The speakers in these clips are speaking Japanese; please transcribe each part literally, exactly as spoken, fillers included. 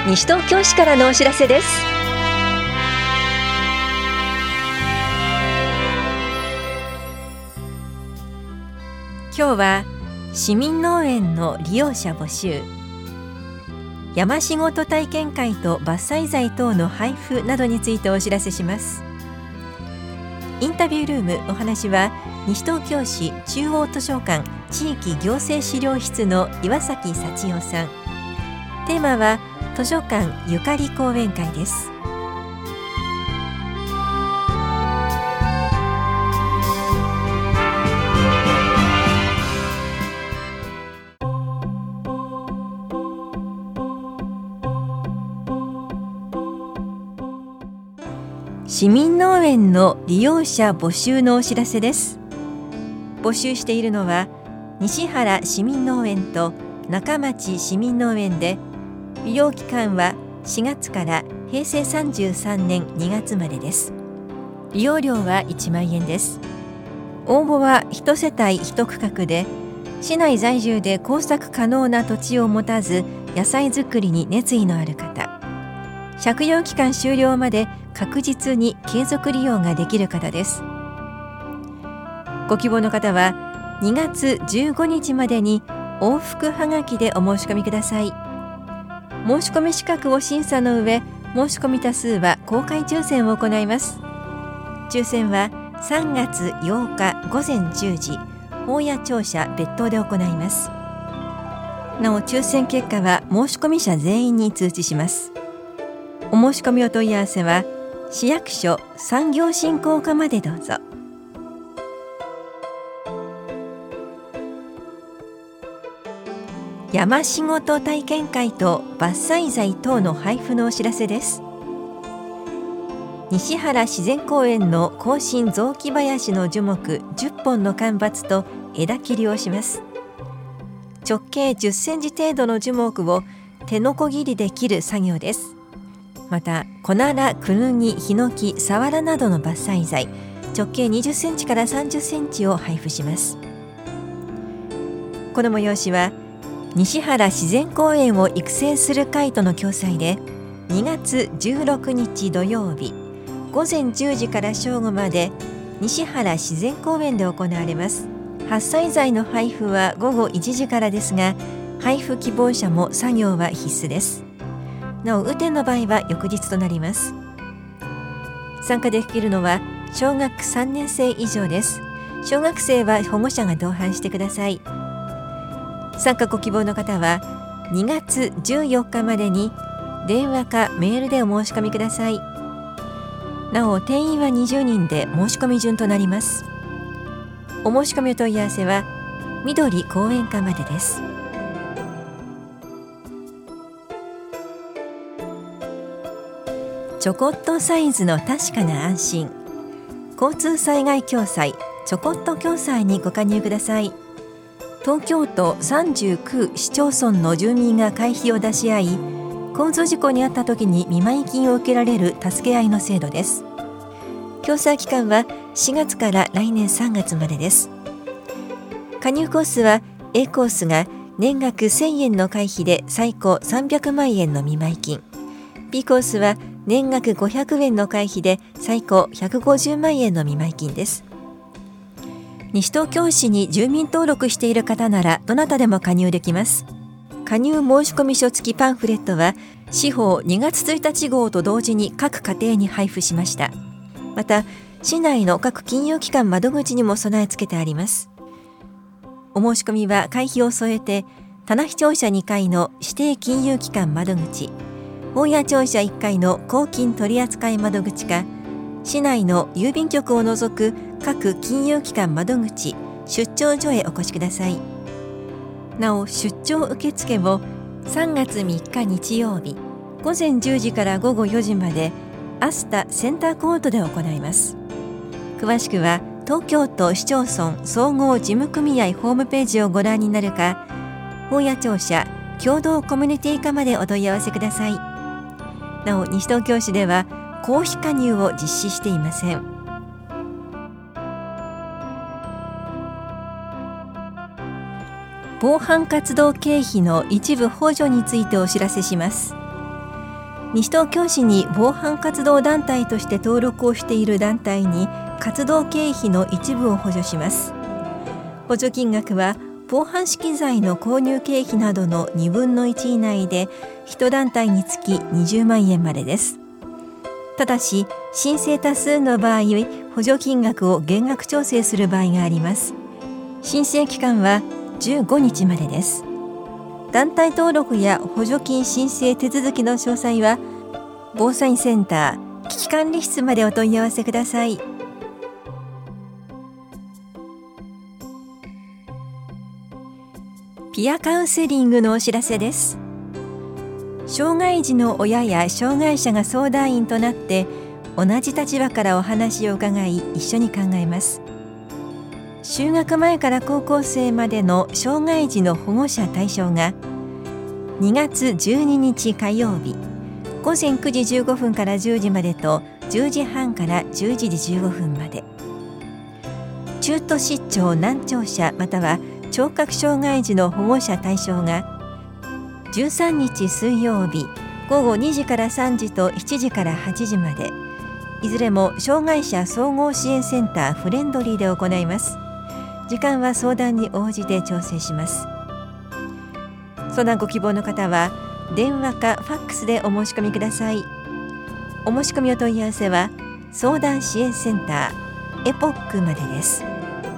西東京市からのお知らせです。今日は市民農園の利用者募集、山仕事体験会と伐採材等の配布などについてお知らせします。インタビュールーム、お話は西東京市中央図書館地域行政資料室の岩崎幸代さん。テーマは図書館ゆかり講演会です。市民農園の利用者募集のお知らせです。募集しているのは西原市民農園と中町市民農園で、利用期間はしがつからへいせいさんじゅうさんねんにがつまでです。利用料はいちまんえんです。応募はいち世帯いち区画で、市内在住で耕作可能な土地を持たず野菜作りに熱意のある方、借用期間終了まで確実に継続利用ができる方です。ご希望の方はにがつじゅうごにちまでに往復はがきでお申し込みください。申し込み資格を審査の上、申し込み多数は公開抽選を行います。抽選はさんがつようかごぜんじゅうじ、法や庁舎別途で行います。なお抽選結果は申し込み者全員に通知します。お申し込みお問い合わせは市役所産業振興課までどうぞ。山仕事体験会と伐採材等の配布のお知らせです。西原自然公園の更新雑木林の樹木じゅっぽんの間伐と枝切りをします。直径じゅっセンチ程度の樹木を手のこぎりで切る作業です。またコナラ、クヌギ、ヒノキ、サワラなどの伐採材直径にじゅっセンチからさんじゅっセンチを配布します。この催しは西原自然公園を育成する会との共催で、にがつじゅうろくにち土曜日ごぜんじゅうじから正午まで西原自然公園で行われます。伐採材の配布はごごいちじからですが、配布希望者も作業は必須です。なお雨天の場合は翌日となります。参加できるのは小学さんねんせい以上です。小学生は保護者が同伴してください。参加ご希望の方はにがつじゅうよっかまでに電話かメールでお申し込みください。なお定員はにじゅうにんで申し込み順となります。お申し込みお問い合わせは緑公園課までです。ちょこっとサイズの確かな安心、交通災害共済ちょこっと共済にご加入ください。東京都さんじゅうきゅう市町村の住民が会費を出し合い、交通事故に遭った時に見舞い金を受けられる助け合いの制度です。共済期間はしがつから来年さんがつまでです。加入コースは A コースが年額せんえんの会費で最高さんびゃくまんえんの見舞い金、 B コースは年額ごひゃくえんの会費で最高ひゃくごじゅうまんえんの見舞い金です。西東京市に住民登録している方ならどなたでも加入できます。加入申込書付きパンフレットは市法にがつついたち号と同時に各家庭に配布しました。また市内の各金融機関窓口にも備え付けてあります。お申し込みは会費を添えて棚視庁舎にかいの指定金融機関窓口、大谷庁舎いっかいの公金取扱窓口か、市内の郵便局を除く各金融機関窓口、出張所へお越しください。なお出張受付をさんがつみっか日曜日ごぜんじゅうじからごごよじまでアスタセンターコートで行います。詳しくは東京都市町村総合事務組合ホームページをご覧になるか、大谷庁舎共同コミュニティ課までお問い合わせください。なお西東京市では公費加入を実施していません。防犯活動経費の一部補助についてお知らせします。 西東京市に防犯活動団体として登録をしている団体に活動経費の一部を補助します。補助金額は防犯資材の購入経費などのにぶんのいち以内でいち団体につきにじゅうまんえんまでです。ただし申請多数の場合、補助金額を減額調整する場合があります。申請期間はじゅうごにちまでです。団体登録や補助金申請手続きの詳細は防災センター危機管理室までお問い合わせください。ピアカウンセリングのお知らせです。障害児の親や障害者が相談員となって同じ立場からお話を伺い一緒に考えます。就学前から高校生までの障害児の保護者対象がにがつじゅうににち火曜日ごぜんくじじゅうごふんからじゅうじまでとじゅうじはんからじゅういちじじゅうごふんまで、中途失調難聴者または聴覚障害児の保護者対象がじゅうさんにち水曜日ごごにじからさんじとしちじからはちじまで、いずれも障害者総合支援センターフレンドリーで行います。時間は相談に応じて調整します。相談ご希望の方は電話かファックスでお申し込みください。お申し込みお問い合わせは相談支援センターエポックまでです。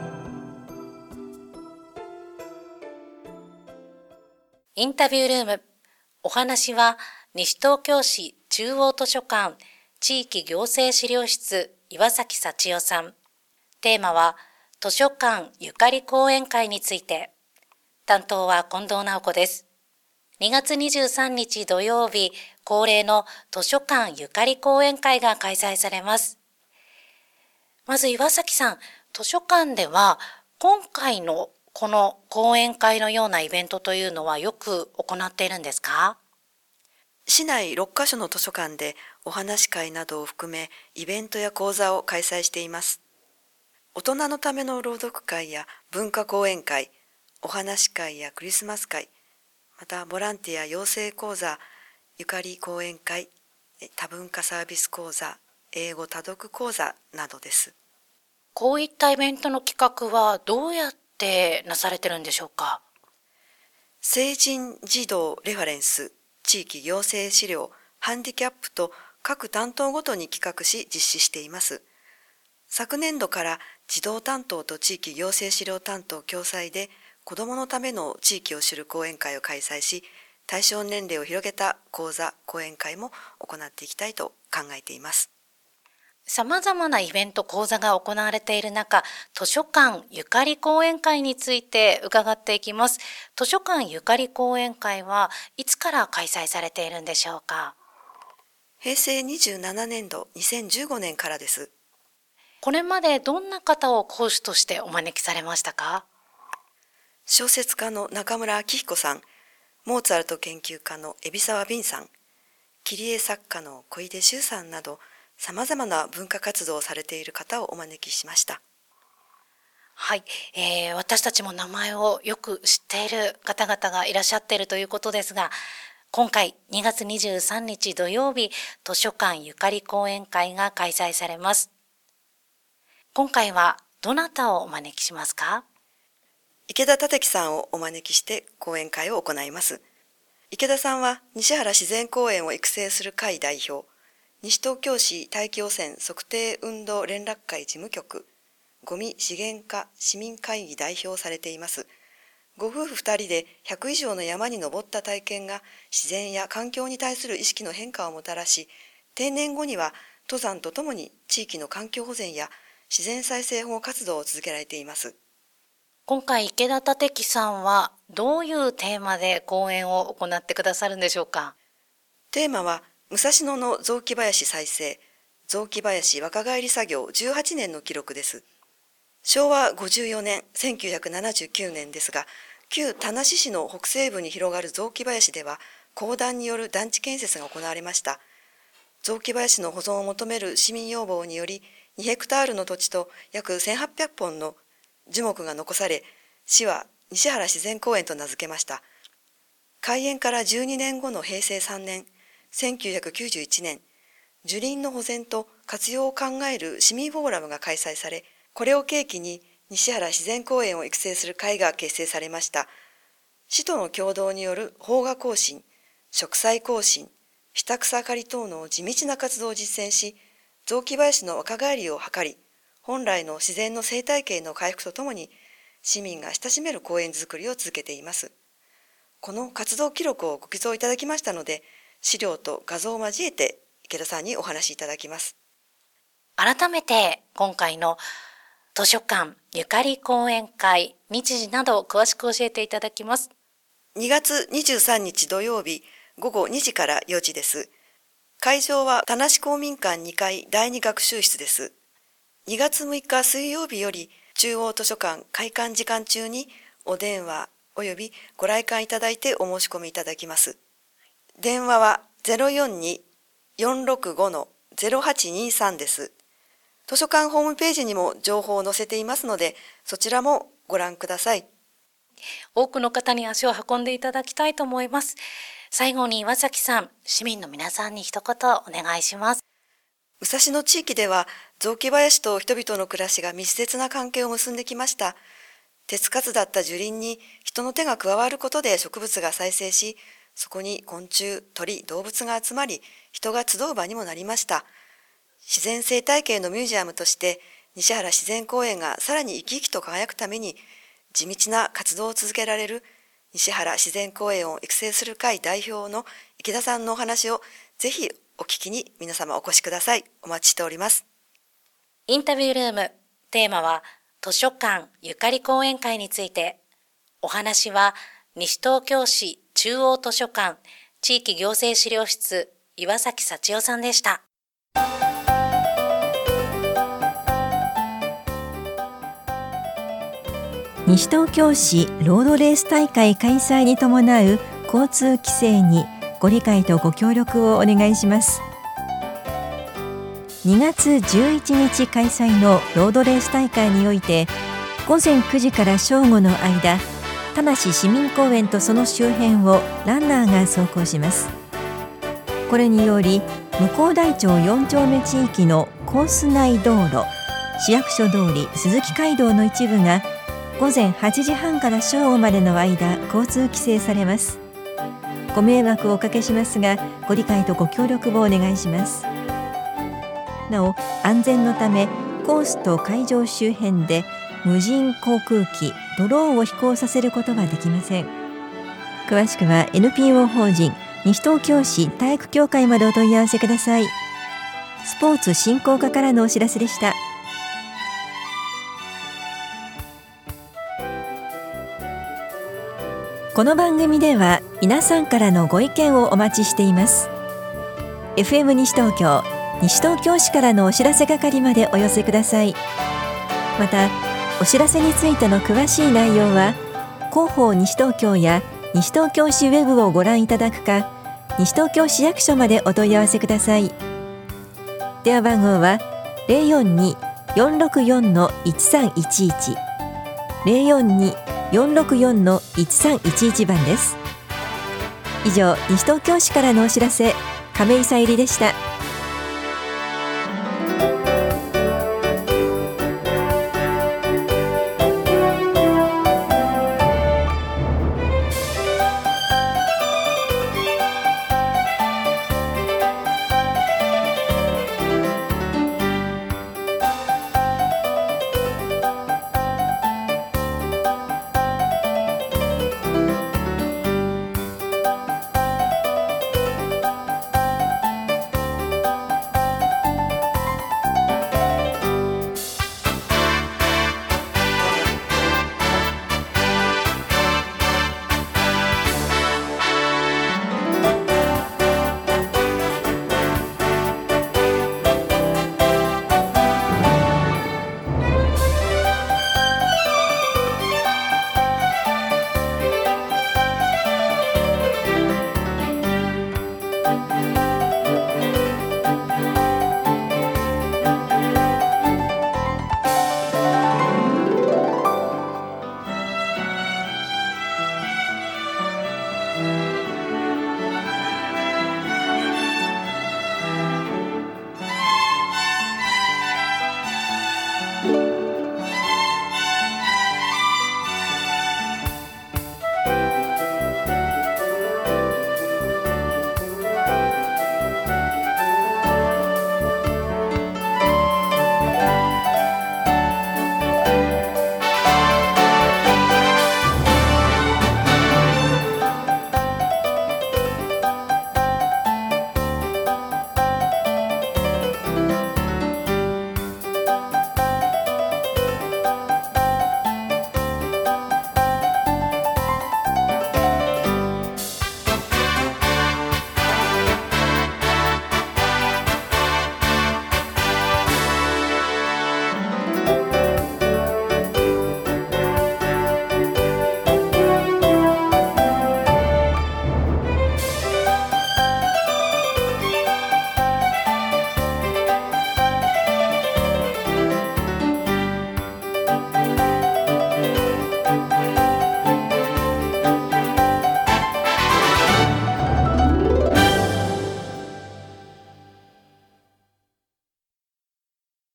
インタビュールーム。お話は西東京市中央図書館地域行政資料室岩崎幸代さん。テーマは図書館ゆかり講演会について。担当は近藤直子です。にがつにじゅうさんにち土曜日、恒例の図書館ゆかり講演会が開催されます。まず岩崎さん、図書館では今回のこの講演会のようなイベントというのはよく行っているんですか？ 市内ろっかしょの図書館でお話し会などを含めイベントや講座を開催しています。大人のための朗読会や文化講演会、お話し会やクリスマス会、またボランティア養成講座、ゆかり講演会、多文化サービス講座、英語多読講座などです。 こういったイベントの企画はどうやってなされてるんでしょうか？ 成人児童レファレンス、地域行政資料、ハンディキャップと各担当ごとに企画し実施しています。昨年度から児童担当と地域行政資料担当共催で子どものための地域を知る講演会を開催し、対象年齢を広げた講座・講演会も行っていきたいと考えています。 さまざまなイベント講座が行われている中、図書館ゆかり講演会について伺っていきます。図書館ゆかり講演会はいつから開催されているんでしょうか？ へいせいにじゅうななねんどにせんじゅうごねんからです。 これまでどんな方を講師としてお招きされましたか？ 小説家の中村明彦さん、モーツァルト研究家の海老沢敏さん、切り絵作家の小出修さんなど、さまざまな文化活動をされている方をお招きしました。 はい、えー、私たちも名前をよく知っている方々がいらっしゃっているということですが、今回にがつにじゅうさんにち土曜日、図書館ゆかり講演会が開催されます。今回はどなたをお招きしますか？ 池田立樹さんをお招きして講演会を行います。池田さんは西原自然公園を育成する会代表、西東京市大気汚染測定運動連絡会事務局、ゴミ資源課市民会議代表をされています。ご夫婦ふたりでひゃくいじょうの山に登った体験が自然や環境に対する意識の変化をもたらし、定年後には登山とともに地域の環境保全や自然再生保護活動を続けられています。 今回池田立樹さんはどういうテーマで講演を行ってくださるんでしょうか？ テーマは武蔵野の雑木林再生、雑木林若返り作業じゅうはちねんの記録です。しょうわごじゅうよねん、せんきゅうひゃくななじゅうきゅうねんですが、旧田無市の北西部に広がる雑木林では公団による団地建設が行われました。雑木林の保存を求める市民要望によりにヘクタールの土地と約せんはっぴゃくぽんの樹木が残され、市は西原自然公園と名付けました。開園からじゅうにねんごのへいせいさんねん、 せんきゅうひゃくきゅうじゅういちねん、樹林の保全と活用を考える市民フォーラムが開催され、これを契機に西原自然公園を育成する会が結成されました。市との共同による萌芽更新、植栽更新、下草刈り等の地道な活動を実践し、雑木林の若返りを図り、本来の自然の生態系の回復とともに、市民が親しめる公園づくりを続けています。この活動記録をご寄贈いただきましたので、資料と画像を交えて池田さんにお話しいただきます。 改めて今回の図書館ゆかり講演会、日時など詳しく教えていただきます。 にがつにじゅうさんにち土曜日ごごにじからよじです。会場は田無公民館にかいだいに学習室です。にがつむいか水曜日より中央図書館開館時間中にお電話およびご来館いただいてお申し込みいただきます。電話は ゼロよんに よんろくご ゼロはちにさん です。図書館ホームページにも情報を載せていますので、そちらもご覧ください。 多くの方に足を運んでいただきたいと思います。最後に岩崎さん、市民の皆さんに一言お願いします。 武蔵野地域では雑木林と人々の暮らしが密接な関係を結んできました。手つかずだった樹林に人の手が加わることで植物が再生し、そこに昆虫、鳥、動物が集まり、人が集う場にもなりました。自然生態系のミュージアムとして西原自然公園がさらに生き生きと輝くために地道な活動を続けられる西原自然公園を育成する会代表の池田さんのお話をぜひお聞きに皆様お越しください。お待ちしております。 インタビュールーム、テーマは図書館ゆかり講演会について。お話は西東京市中央図書館地域行政資料室岩崎幸代さんでした。 西東京市ロードレース大会開催に伴う交通規制にご理解とご協力をお願いします。にがつじゅういちにち開催のロードレース大会において、ごぜんくじから正午の間、田無市民公園とその周辺をランナーが走行します。これにより向台町よんちょうめ地域のコース内道路、市役所通り、鈴木街道の一部がごぜんはちじはんから正午までの間、交通規制されます。ご迷惑をおかけしますが、ご理解とご協力をお願いします。なお、安全のためコースと会場周辺で無人航空機、ドローンを飛行させることはできません。詳しくは エヌピーオー 法人西東京市体育協会までお問い合わせください。スポーツ振興課からのお知らせでした。この番組では皆さんからのご意見をお待ちしています。 エフエム 西東京西東京市からのお知らせ係までお寄せください。またお知らせについての詳しい内容は広報西東京や西東京市ウェブをご覧いただくか、西東京市役所までお問い合わせください。電話番号は ゼロよんに よんろくよん いちさんいちいち ゼロよんに よんろくよん いちさんいちいち 番です。以上、西東京市からのお知らせ、亀井さゆりでした。